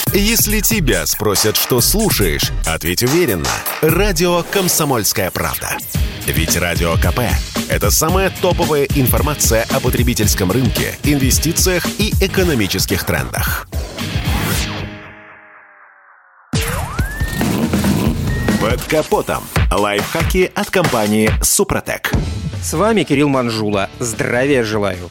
Если тебя спросят, что слушаешь, ответь уверенно. Радио «Комсомольская правда». Ведь Радио КП – это самая топовая информация о потребительском рынке, инвестициях и экономических трендах. Под капотом. Лайфхаки от компании «Супротек». С вами Кирилл Манжула. Здравия желаю.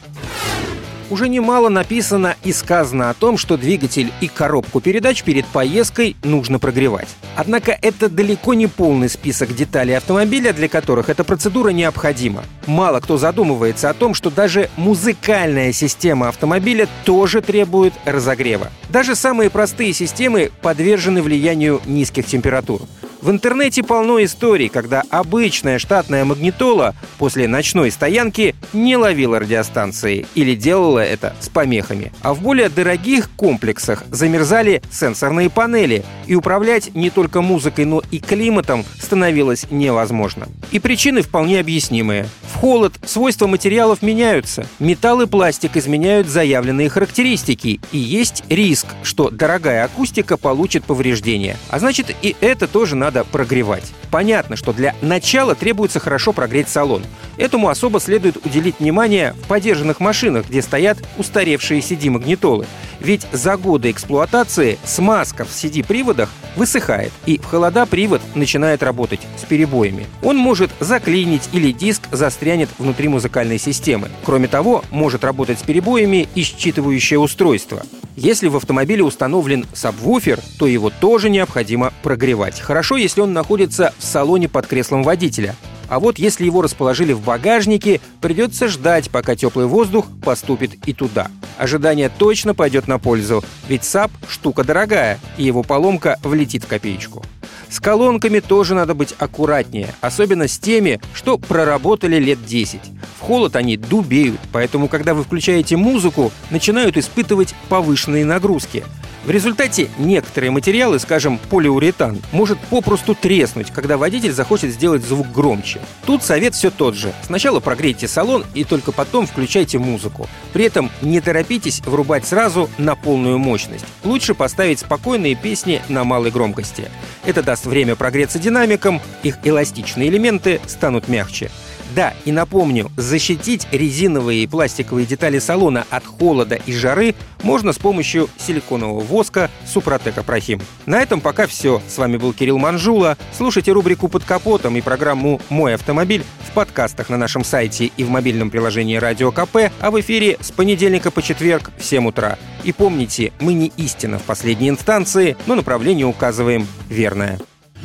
Уже немало написано и сказано о том, что двигатель и коробку передач перед поездкой нужно прогревать. Однако это далеко не полный список деталей автомобиля, для которых эта процедура необходима. Мало кто задумывается о том, что даже музыкальная система автомобиля тоже требует разогрева. Даже самые простые системы подвержены влиянию низких температур. В интернете полно историй, когда обычная штатная магнитола после ночной стоянки не ловила радиостанции или делала это с помехами. А в более дорогих комплексах замерзали сенсорные панели, и управлять не только музыкой, но и климатом становилось невозможно. И причины вполне объяснимые. В холод свойства материалов меняются, металл и пластик изменяют заявленные характеристики, и есть риск, что дорогая акустика получит повреждения. А значит, и это тоже надо прогревать. Понятно, что для начала требуется хорошо прогреть салон. Этому особо следует уделить внимание в подержанных машинах, где стоят устаревшие CD-магнитолы. Ведь за годы эксплуатации смазка в CD-приводах высыхает, и в холода привод начинает работать с перебоями. Он может заклинить или диск застрянет внутри музыкальной системы. Кроме того, может работать с перебоями и считывающее устройство. Если в автомобиле установлен сабвуфер, то его тоже необходимо прогревать. Хорошо, если он находится в салоне под креслом водителя. А вот если его расположили в багажнике, придется ждать, пока теплый воздух поступит и туда. Ожидание точно пойдет на пользу, ведь САБ – штука дорогая, и его поломка влетит в копеечку. С колонками тоже надо быть аккуратнее, особенно с теми, что проработали лет 10. В холод они дубеют, поэтому, когда вы включаете музыку, начинают испытывать повышенные нагрузки. В результате некоторые материалы, скажем, полиуретан, может попросту треснуть, когда водитель захочет сделать звук громче. Тут совет все тот же. Сначала прогрейте салон и только потом включайте музыку. При этом не торопитесь врубать сразу на полную мощность. Лучше поставить спокойные песни на малой громкости. Это даст время прогреться динамикам, их эластичные элементы станут мягче. Да, и напомню, защитить резиновые и пластиковые детали салона от холода и жары можно с помощью силиконового воска Супротек Апрахим. На этом пока все. С вами был Кирилл Манжула. Слушайте рубрику «Под капотом» и программу «Мой автомобиль» в подкастах на нашем сайте и в мобильном приложении Радио КП, а в эфире с понедельника по четверг в 7 утра. И помните, мы не истина в последней инстанции, но направление указываем верное.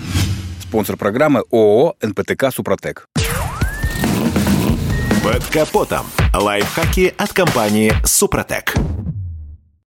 Спонсор программы ООО «НПТК Супротек». Под капотом. Лайфхаки от компании «Супротек».